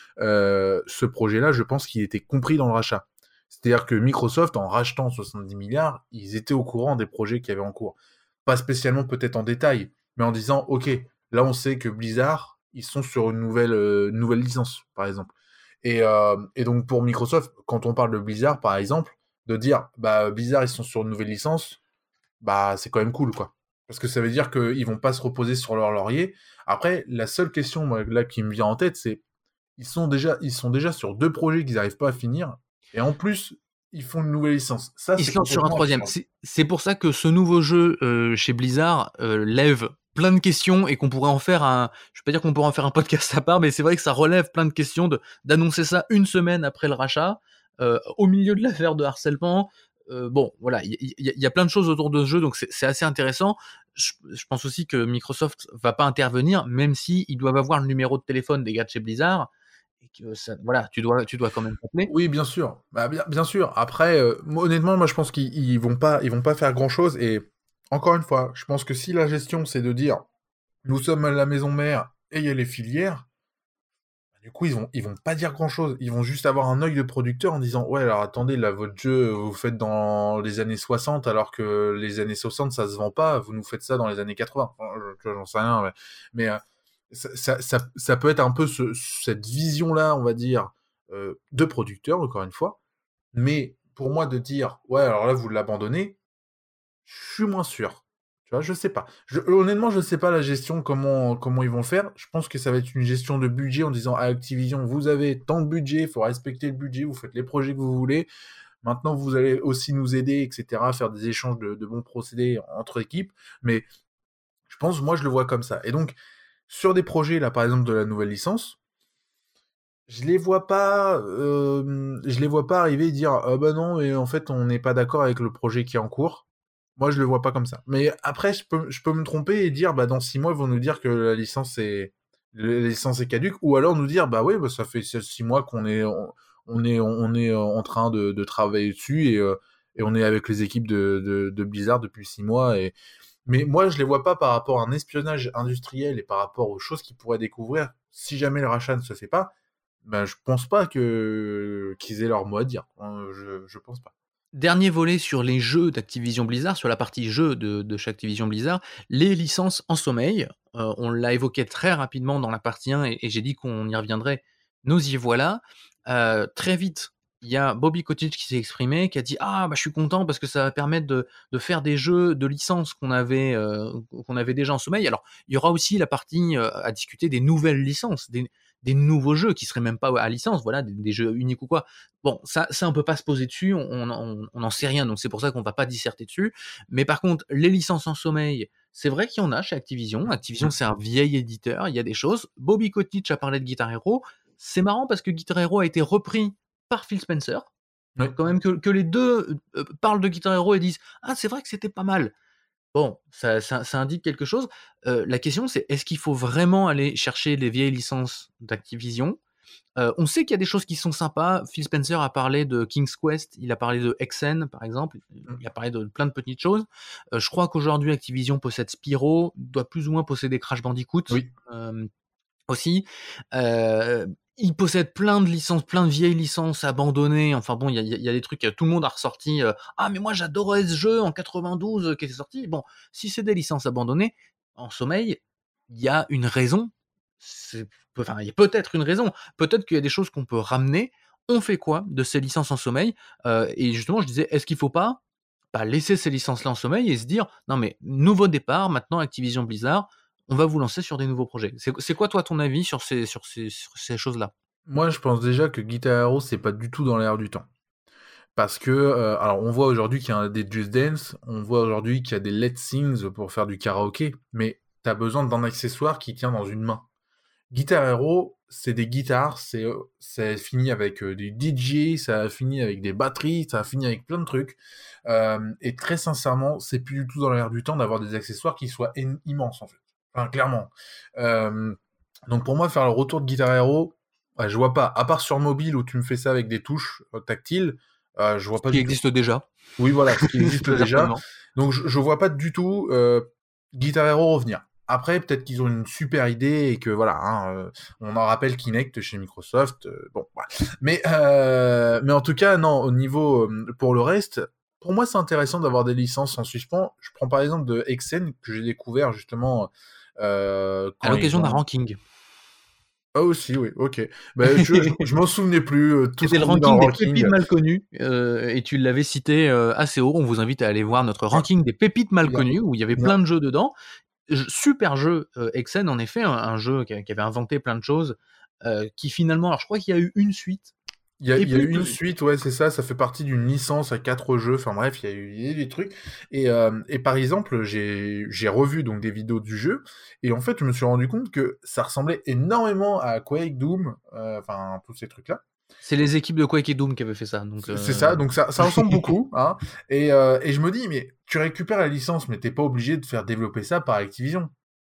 euh, ce projet-là je pense qu'il était compris dans le rachat. C'est-à-dire que Microsoft en rachetant soixante-dix milliards, ils étaient au courant des projets qu'il y avait en cours. Pas spécialement peut-être en détail, mais en disant, ok, là on sait que Blizzard, ils sont sur une nouvelle, euh, nouvelle licence, par exemple. Et, euh, et donc pour Microsoft, quand on parle de Blizzard, par exemple, de dire, bah Blizzard, ils sont sur une nouvelle licence, bah c'est quand même cool, quoi. Parce que ça veut dire qu'ils vont pas se reposer sur leur laurier. Après, la seule question, moi, là, qui me vient en tête, c'est, ils sont déjà, ils sont déjà sur deux projets qu'ils n'arrivent pas à finir, et en plus, ils font une nouvelle licence. Ça, Ils c'est se lancent sur un complètement troisième. absurde. C'est, c'est pour ça que ce nouveau jeu euh, chez Blizzard euh, lève plein de questions et qu'on pourrait en faire un, je vais pas dire qu'on pourrait en faire un podcast à part, mais c'est vrai que ça relève plein de questions de, d'annoncer ça une semaine après le rachat, euh, au milieu de l'affaire de harcèlement. Euh, bon, voilà, il y, y, y a plein de choses autour de ce jeu, donc c'est, c'est assez intéressant. Je, je pense aussi que Microsoft va pas intervenir, même si ils doivent avoir le numéro de téléphone des gars de chez Blizzard et que ça, voilà, tu dois, tu dois quand même t'appeler. Oui, bien sûr. Bah, bien, bien sûr. Après, euh, moi, honnêtement, moi, je pense qu'ils ils vont pas, ils vont pas faire grand-chose. Et encore une fois, je pense que si la gestion, c'est de dire, nous sommes à la maison mère et il y a les filières, bah, du coup, ils vont, ils vont pas dire grand-chose. Ils vont juste avoir un œil de producteur en disant, ouais, alors attendez, là, votre jeu, vous faites dans les années soixante, alors que les années soixante, ça se vend pas. Vous nous faites ça dans les années quatre-vingts. Enfin, je- j'en sais rien, mais, mais euh, ça, ça, ça, ça peut être un peu ce- cette vision-là, on va dire, euh, de producteur, encore une fois. Mais pour moi, de dire, ouais, alors là, vous l'abandonnez, je suis moins sûr. Tu vois, je sais pas. Je, honnêtement, je sais pas la gestion, comment, comment ils vont faire. Je pense que ça va être une gestion de budget en disant à Activision, vous avez tant de budget, il faut respecter le budget, vous faites les projets que vous voulez. Maintenant, vous allez aussi nous aider, et cetera, faire des échanges de, de bons procédés entre équipes. Mais je pense, moi, je le vois comme ça. Et donc, sur des projets, là, par exemple, de la nouvelle licence, je les vois pas, euh, je les vois pas arriver et dire ah bah non, mais en fait on n'est pas d'accord avec le projet qui est en cours. Moi je le vois pas comme ça. Mais après je peux, je peux me tromper et dire bah dans six mois ils vont nous dire que la licence est, la licence est caduque, ou alors nous dire bah oui bah ça fait six mois qu'on est, on, on est, on est en train de, de travailler dessus et, euh, et on est avec les équipes de, de, de Blizzard depuis six mois et mais moi je les vois pas par rapport à un espionnage industriel et par rapport aux choses qu'ils pourraient découvrir si jamais le rachat ne se fait pas. Ben, je pense pas que qu'ils aient leur mot à dire. Hein, je, je pense pas. Dernier volet sur les jeux d'Activision Blizzard, sur la partie jeux de, de chez Activision Blizzard, les licences en sommeil. Euh, on l'a évoqué très rapidement dans la partie un et, et j'ai dit qu'on y reviendrait. Nous y voilà. Euh, très vite, il y a Bobby Kotick qui s'est exprimé, qui a dit ah bah je suis content parce que ça va permettre de, de faire des jeux de licences qu'on avait euh, qu'on avait déjà en sommeil. Alors il y aura aussi la partie euh, à discuter des nouvelles licences, des, des nouveaux jeux qui seraient même pas à licence, voilà, des, des jeux uniques ou quoi. Bon, ça, ça on peut pas se poser dessus, on n'en sait rien, donc c'est pour ça qu'on va pas disserter dessus. Mais par contre, les licences en sommeil, c'est vrai qu'il y en a chez Activision. Activision, c'est un vieil éditeur, il y a des choses. Bobby Kotick a parlé de Guitar Hero. C'est marrant parce que Guitar Hero a été repris par Phil Spencer. Oui. Quand même que, que les deux euh, parlent de Guitar Hero et disent « Ah, c'est vrai que c'était pas mal ». Bon, ça, ça, ça indique quelque chose. Euh, la question, c'est est-ce qu'il faut vraiment aller chercher les vieilles licences d'Activision ? Euh, on sait qu'il y a des choses qui sont sympas. Phil Spencer a parlé de King's Quest, il a parlé de Hexen, par exemple. Il a parlé de plein de petites choses. Euh, je crois qu'aujourd'hui, Activision possède Spyro, doit plus ou moins posséder Crash Bandicoot Oui. euh, aussi. Euh, il possède plein de licences, plein de vieilles licences abandonnées. Enfin bon, il y a, y a des trucs, tout le monde a ressorti. Euh, ah, mais moi j'adorais ce jeu en quatre-vingt-douze euh, qui était sorti. Bon, si c'est des licences abandonnées, en sommeil, il y a une raison. C'est, enfin, il y a peut-être une raison. Peut-être qu'il y a des choses qu'on peut ramener. On fait quoi de ces licences en sommeil euh, Et justement, je disais, est-ce qu'il faut pas bah, laisser ces licences-là en sommeil et se dire, non mais nouveau départ, maintenant Activision Blizzard, on va vous lancer sur des nouveaux projets. C'est, c'est quoi toi ton avis sur ces, sur ces, sur ces choses-là ? Moi, je pense déjà que Guitar Hero, c'est pas du tout dans l'air du temps. Parce que, euh, alors on voit aujourd'hui qu'il y a des Just Dance, on voit aujourd'hui qu'il y a des Let's Sings pour faire du karaoké, mais t'as besoin d'un accessoire qui tient dans une main. Guitar Hero, c'est des guitares, c'est, euh, ça finit avec euh, des D J, ça a fini avec des batteries, ça a fini avec plein de trucs. Euh, et très sincèrement, c'est plus du tout dans l'air du temps d'avoir des accessoires qui soient in- immenses en fait. Enfin, clairement. Euh, donc pour moi, faire le retour de Guitar Hero, ouais, je vois pas. À part sur mobile où tu me fais ça avec des touches euh, tactiles, euh, je vois Ce pas qui du tout. existe déjà. Oui, voilà, ce qui existe Très déjà. certainement. Donc je, je vois pas du tout euh, Guitar Hero revenir. Après, peut-être qu'ils ont une super idée et que voilà, hein, euh, on en rappelle Kinect chez Microsoft. euh, bon, voilà. Mais euh, mais en tout cas, non, au niveau euh, pour le reste, pour moi, c'est intéressant d'avoir des licences en suspens. Je prends par exemple de Hexen que j'ai découvert justement euh, À quand ils l'occasion d'un ont. ranking. Ah aussi, oui, ok. Ben, tu vois, je, je m'en souvenais plus. euh, tout ce C'était le qu'on dit dans ranking le des ranking. pépites mal connues, euh, et tu l'avais cité euh, assez haut. On vous invite à aller voir notre Ouais, ranking des pépites mal il y a, connues, où il y avait il y a- plein de jeux dedans. Je- super jeu, euh, Hexen, en effet, un, un jeu qui, a- qui avait inventé plein de choses, euh, qui finalement, alors je crois qu'il y a eu une suite, Il y a, et il y a puis eu une suite, ouais, c'est ça, ça fait partie d'une licence à quatre jeux, enfin bref, il y a eu, il y a eu des trucs. Et, euh, et par exemple, j'ai, j'ai revu donc des vidéos du jeu, et en fait, je me suis rendu compte que ça ressemblait énormément à Quake, Doom, euh, enfin, tous ces trucs-là. c'est les équipes de Quake et Doom qui avaient fait ça. Donc, C'est c'est ça, euh, donc ça, ça ressemble beaucoup, hein. Et, euh, et je me dis, mais tu récupères la licence, mais t'es pas obligé de faire développer ça par Activision.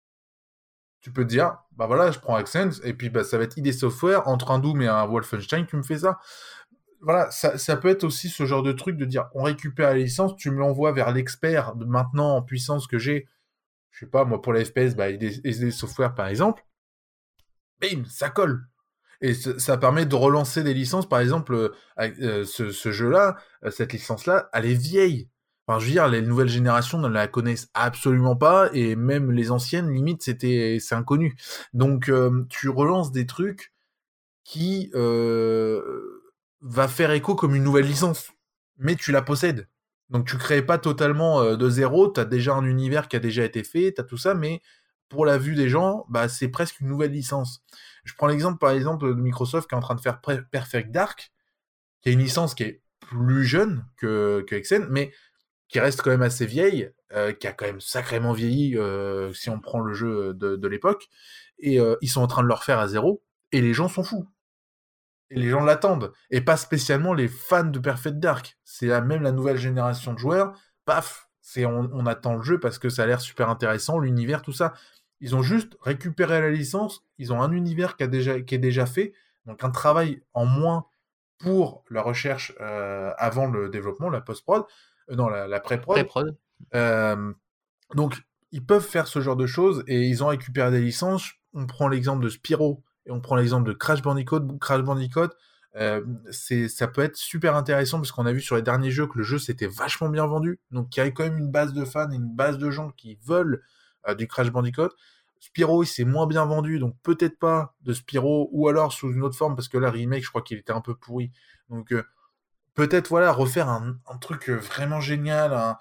Tu peux te dire, bah voilà, je prends Accent, et puis bah ça va être I D Software, entre un Doom et un Wolfenstein, tu me fais ça. Voilà, ça, ça peut être aussi ce genre de truc de dire, on récupère la licence, tu me l'envoies vers l'expert de maintenant en puissance que j'ai, je sais pas, moi pour les F P S, bah I D, I D Software par exemple, bim, ça colle. Et ça, ça permet de relancer des licences, par exemple, euh, avec, euh, ce, ce jeu-là, euh, cette licence-là, elle est vieille. Enfin, je veux dire, les nouvelles générations ne la connaissent absolument pas, et même les anciennes, limite, c'était, c'est inconnu. Donc, euh, tu relances des trucs qui euh, va faire écho comme une nouvelle licence, mais tu la possèdes. Donc, tu crées pas totalement euh, de zéro, tu as déjà un univers qui a déjà été fait, tu as tout ça, mais pour la vue des gens, bah, c'est presque une nouvelle licence. Je prends l'exemple, par exemple, de Microsoft qui est en train de faire Perfect Dark, qui est une licence qui est plus jeune que, que Hexen, mais qui reste quand même assez vieille, euh, qui a quand même sacrément vieilli euh, si on prend le jeu de, de l'époque, et euh, ils sont en train de le refaire à zéro, et les gens sont fous. Et les gens l'attendent. Et pas spécialement les fans de Perfect Dark. C'est la, même la nouvelle génération de joueurs, paf, c'est on, on attend le jeu parce que ça a l'air super intéressant, l'univers, tout ça. Ils ont juste récupéré la licence, ils ont un univers qui, a déjà, qui est déjà fait, donc un travail en moins pour la recherche euh, avant le développement, la post-prod, euh, non, la, la pré-prod. pré-prod. Euh, donc, ils peuvent faire ce genre de choses et ils ont récupéré des licences. On prend l'exemple de Spyro et on prend l'exemple de Crash Bandicoot. Crash Bandicoot, euh, c'est, ça peut être super intéressant parce qu'on a vu sur les derniers jeux que le jeu s'était vachement bien vendu. Donc, il y a quand même une base de fans et une base de gens qui veulent euh, du Crash Bandicoot. Spyro, il s'est moins bien vendu, donc peut-être pas de Spyro, ou alors sous une autre forme, parce que là, remake, je crois qu'il était un peu pourri. Donc, euh, peut-être, voilà, refaire un, un truc vraiment génial, un,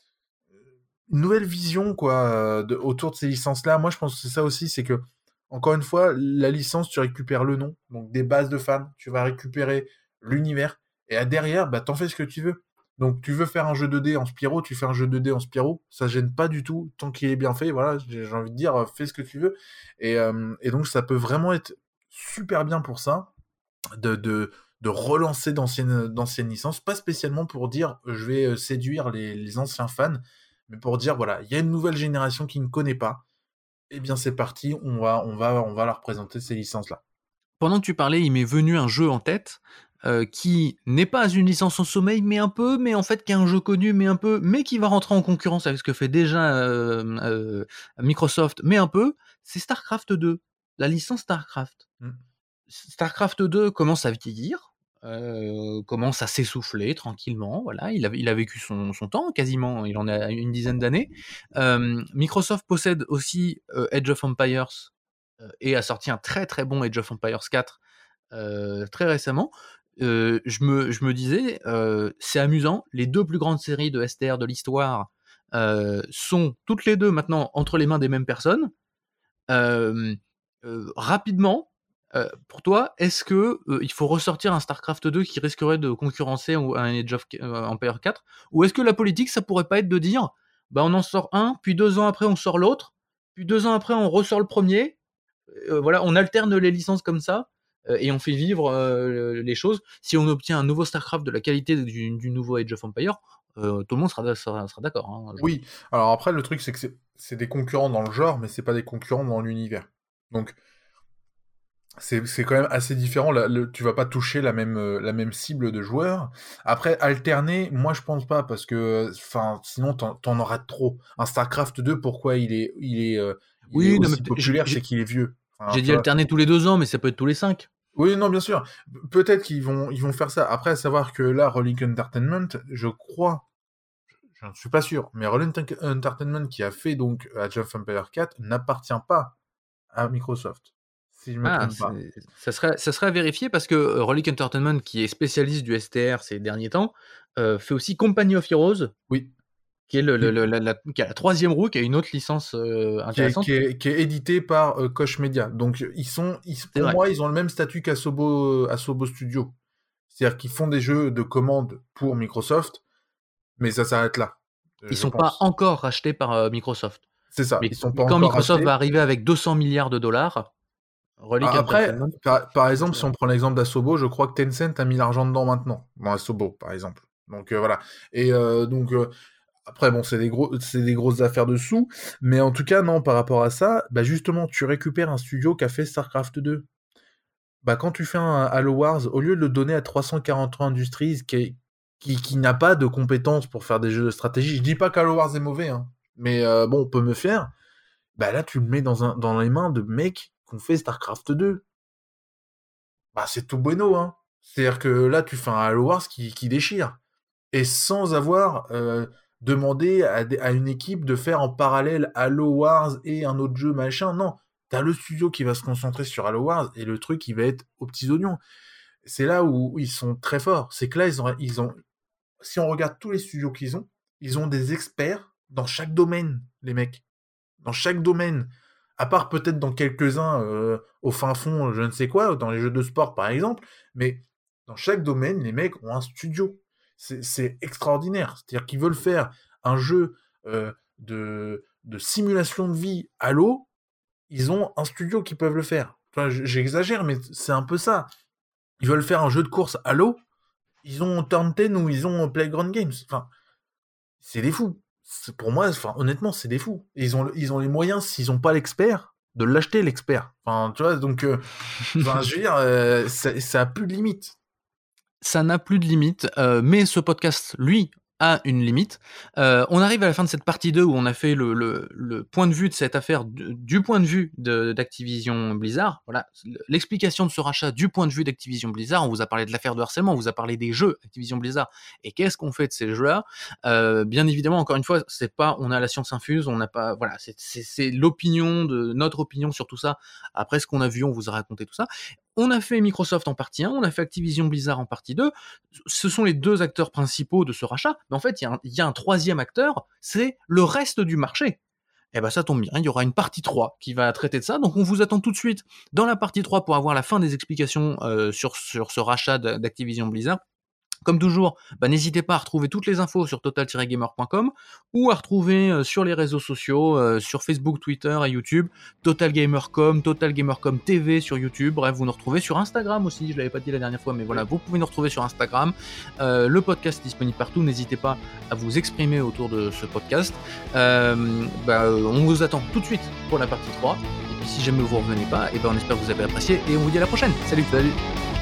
une nouvelle vision quoi euh, de, autour de ces licences là. Moi je pense que c'est ça aussi, c'est que encore une fois la licence, tu récupères le nom, donc des bases de fans, tu vas récupérer l'univers, et à derrière bah t'en fais ce que tu veux. Donc tu veux faire un jeu deux D en Spyro, tu fais un jeu deux D en Spyro, ça gêne pas du tout tant qu'il est bien fait. Voilà, j'ai j'ai envie de dire, euh, fais ce que tu veux. Et, euh, et donc ça peut vraiment être super bien pour ça, de, de, de relancer d'anciennes, d'anciennes licences, pas spécialement pour dire je vais euh, séduire les, les anciens fans, mais pour dire voilà, il y a une nouvelle génération qui ne connaît pas, et bien c'est parti, on va, on va, on va leur présenter ces licences-là. Pendant que tu parlais, il m'est venu un jeu en tête, euh, qui n'est pas une licence en sommeil, mais un peu, mais en fait qui est un jeu connu, mais un peu, mais qui va rentrer en concurrence avec ce que fait déjà euh, euh, Microsoft, mais un peu, c'est StarCraft deux, la licence StarCraft. Mm. StarCraft deux commence à vieillir, euh, commence à s'essouffler tranquillement, voilà, il a, il a vécu son, son temps quasiment, il en a une dizaine d'années. Euh, Microsoft possède aussi euh, Age of Empires, euh, et a sorti un très très bon Age of Empires quatre euh, très récemment. Euh, je, me, je me disais, euh, c'est amusant, les deux plus grandes séries de S T R de l'histoire euh, sont toutes les deux maintenant entre les mains des mêmes personnes. Euh, euh, rapidement, Euh, pour toi, est-ce que euh, il faut ressortir un StarCraft deux qui risquerait de concurrencer un Age of euh, Empire quatre, ou est-ce que la politique, ça pourrait pas être de dire, bah on en sort un, puis deux ans après on sort l'autre, puis deux ans après on ressort le premier, euh, voilà, on alterne les licences comme ça, euh, et on fait vivre euh, les choses. Si on obtient un nouveau StarCraft de la qualité du, du nouveau Age of Empire, euh, tout le monde sera, sera, sera d'accord. Hein, oui, alors après le truc c'est que c'est, c'est des concurrents dans le genre, mais c'est pas des concurrents dans l'univers. Donc c'est, c'est quand même assez différent. La, le, tu vas pas toucher la même, euh, la même cible de joueurs. Après, alterner, moi je pense pas, parce que sinon t'en, t'en auras trop. Un StarCraft deux, pourquoi il est, il est, euh, il oui, est non, aussi mais populaire, j'ai, c'est qu'il est vieux. Enfin, j'ai dit vois. alterner tous les deux ans, mais ça peut être tous les cinq. Oui, non, bien sûr. Peut-être qu'ils vont, ils vont faire ça. Après, à savoir que là, Rolling Entertainment, je crois, je ne suis pas sûr, mais Rolling Entertainment qui a fait donc Age of Empire quatre n'appartient pas à Microsoft. Si je me Ah, trompe pas. ça serait, ça serait à vérifier, parce que euh, Rolling Entertainment, qui est spécialiste du S T R ces derniers temps, euh, fait aussi Company of Heroes. Oui. Qui est le, le, le, la, la, qui a la troisième roue, qui a une autre licence euh, intéressante. Qui est, qui, est, qui est édité par euh, Koch Media. Donc, ils sont, ils, pour moi, ils ont le même statut qu'Asobo Asobo Studio. C'est-à-dire qu'ils font des jeux de commande pour Microsoft, mais ça s'arrête là. Ils sont pense. pas encore rachetés par euh, Microsoft. C'est ça. Mais ils sont pas quand encore Microsoft rachetés. va arriver avec deux cents milliards de dollars, Relic Après, par, par exemple, si on prend l'exemple d'Asobo, je crois que Tencent a mis l'argent dedans maintenant, dans Asobo, par exemple. Donc euh, voilà. Et euh, donc euh, après, bon, c'est des gros, c'est des grosses affaires de sous, mais en tout cas, non, par rapport à ça, bah justement, tu récupères un studio qui a fait StarCraft deux. Bah quand tu fais un Halo Wars, au lieu de le donner à trois cent quarante-trois Industries, qui, est, qui, qui n'a pas de compétences pour faire des jeux de stratégie, je dis pas qu'Halo Wars est mauvais, hein, mais euh, bon, on peut me faire. Bah là, tu le mets dans, un, dans les mains de mecs qui ont fait StarCraft deux. Bah c'est tout bueno, hein. C'est-à-dire que là, tu fais un Halo Wars qui, qui déchire. Et sans avoir euh, demandé à, à une équipe de faire en parallèle Halo Wars et un autre jeu, machin. Non, t'as le studio qui va se concentrer sur Halo Wars et le truc qui va être aux petits oignons. C'est là où, où ils sont très forts. C'est que là, ils ont, ils ont... Si on regarde tous les studios qu'ils ont, ils ont des experts dans chaque domaine, les mecs. Dans chaque domaine. À part peut-être dans quelques-uns euh, au fin fond, je ne sais quoi, dans les jeux de sport par exemple, mais dans chaque domaine, les mecs ont un studio. C'est, c'est extraordinaire. C'est-à-dire qu'ils veulent faire un jeu euh, de, de simulation de vie Halo, ils ont un studio qui peuvent le faire. Enfin, j'exagère, mais c'est un peu ça. Ils veulent faire un jeu de course Halo, ils ont Turn dix ou ils ont Playground Games. Enfin, c'est des fous. C'est, pour moi, enfin, honnêtement, c'est des fous. Et ils ont, ils ont les moyens, s'ils n'ont pas l'expert, de l'acheter, l'expert. Enfin, tu vois, donc, euh, enfin, je veux dire, euh, ça, ça a plus de limite. Ça n'a plus de limite, euh, mais ce podcast, lui, a une limite. Euh, on arrive à la fin de cette partie deux où on a fait le, le, le point de vue de cette affaire du, du point de vue de, d'Activision Blizzard. Voilà, l'explication de ce rachat du point de vue d'Activision Blizzard. On vous a parlé de l'affaire de harcèlement, on vous a parlé des jeux Activision Blizzard et qu'est-ce qu'on fait de ces jeux-là. Euh, bien évidemment, encore une fois, c'est pas on a la science infuse, on n'a pas, voilà, c'est, c'est, c'est l'opinion de notre opinion sur tout ça. Après ce qu'on a vu, on vous a raconté tout ça. On a fait Microsoft en partie un, on a fait Activision Blizzard en partie deux. Ce sont les deux acteurs principaux de ce rachat. Mais en fait, il y, y a un troisième acteur, c'est le reste du marché. Et ben ça tombe bien, il y aura une partie trois qui va traiter de ça. Donc on vous attend tout de suite dans la partie trois pour avoir la fin des explications euh, sur, sur ce rachat d'Activision Blizzard. Comme toujours, bah, n'hésitez pas à retrouver toutes les infos sur total tiret gamer point com ou à retrouver euh, sur les réseaux sociaux, euh, sur Facebook, Twitter et YouTube, Total Gamer point com, Total Gamer point com T V sur YouTube. Bref, vous nous retrouvez sur Instagram aussi, je l'avais pas dit la dernière fois, mais voilà, vous pouvez nous retrouver sur Instagram. Euh, le podcast est disponible partout, n'hésitez pas à vous exprimer autour de ce podcast. Euh, bah, on vous attend tout de suite pour la partie trois. Et puis si jamais vous ne revenez pas, et ben on espère que vous avez apprécié et on vous dit à la prochaine. Salut, salut.